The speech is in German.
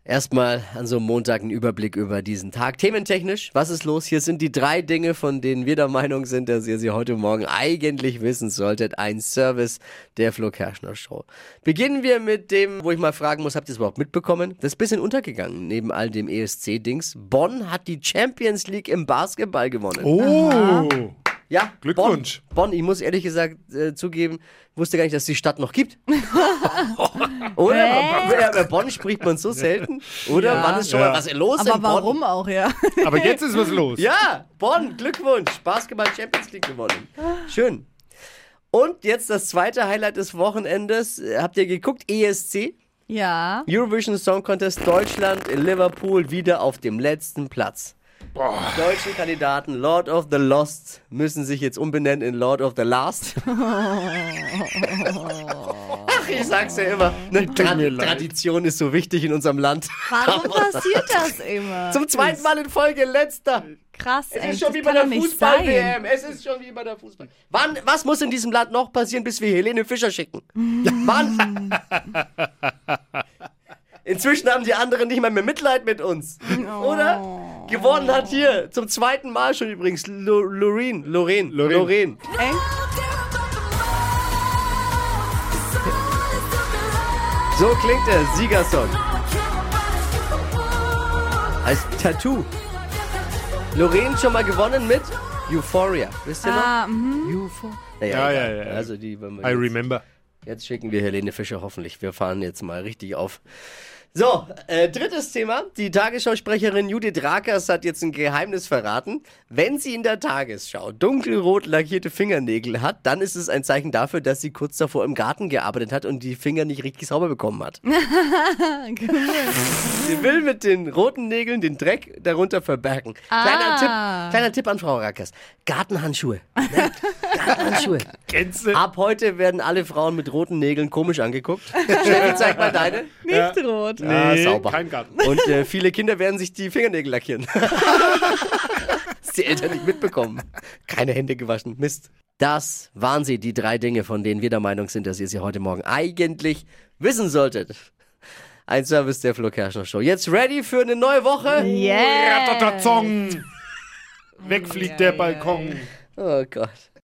Erstmal an so einem Montag einen Überblick über diesen Tag. Thementechnisch, was ist los? Hier sind die 3 Dinge, von denen wir der Meinung sind, dass ihr sie heute Morgen eigentlich wissen solltet. Ein Service der Flo Kerschner Show. Beginnen wir mit dem, wo ich mal fragen muss, habt ihr es überhaupt mitbekommen? Das ist ein bisschen untergegangen, neben all dem ESC-Dings. Bonn hat die Champions League im Basketball gewonnen. Oh, Ja, Glückwunsch. Bonn, ich muss ehrlich gesagt zugeben, wusste gar nicht, dass es die Stadt noch gibt. Oder? Bei Bonn spricht man so selten. Oder? Ja. Wann ist schon mal was los Aber in Bonn? warum auch, ja? Aber jetzt ist was los. Ja, Bonn, Glückwunsch. Basketball Champions League gewonnen. Schön. Und jetzt das zweite Highlight des Wochenendes. Habt ihr geguckt? ESC? Ja. Eurovision Song Contest Deutschland in Liverpool wieder auf dem letzten Platz. Die deutschen Kandidaten Lord of the Lost müssen sich jetzt umbenennen in Lord of the Last. Ach, ich sag's ja immer. Ne, Tradition ist so wichtig in unserem Land. Warum passiert das immer? Zum zweiten Mal in Folge letzter. Krass, Es ey. ist schon wie das bei kann der doch nicht Fußball-WM. Es ist schon wie bei der Fußball. Was muss in diesem Land noch passieren, bis wir Helene Fischer schicken? Wann? Inzwischen haben die anderen nicht mal mehr Mitleid mit uns. Oder? Gewonnen hat hier zum zweiten Mal schon übrigens Loreen. Echt? So klingt der Siegersong. Heißt Tattoo. Loreen schon mal gewonnen mit Euphoria. Wisst ihr noch? Euphoria. Ja. Also die, wenn wir I remember. Jetzt schicken wir Helene Fischer hoffentlich. Wir fahren jetzt mal richtig auf. So, drittes Thema. Die Tagesschausprecherin Judith Rakers hat jetzt ein Geheimnis verraten. Wenn sie in der Tagesschau dunkelrot lackierte Fingernägel hat, dann ist es ein Zeichen dafür, dass sie kurz davor im Garten gearbeitet hat und die Finger nicht richtig sauber bekommen hat. Sie will mit den roten Nägeln den Dreck darunter verbergen. Kleiner Tipp an Frau Rakers. Gartenhandschuhe. Ne? Gartenhandschuhe. Gänse. Ab heute werden alle Frauen mit roten Nägeln komisch angeguckt. Steffi, zeig mal deine. Nicht rot. Ah, sauber. Kein Garten. Und viele Kinder werden sich die Fingernägel lackieren. Das die Eltern nicht mitbekommen. Keine Hände gewaschen. Mist. Das waren sie, die 3 Dinge, von denen wir der Meinung sind, dass ihr sie heute Morgen eigentlich wissen solltet. Ein Service der Flo Kerschner Show. Jetzt ready für eine neue Woche? Yeah. Ratatazong. Wegfliegt der Balkon. Oh Gott.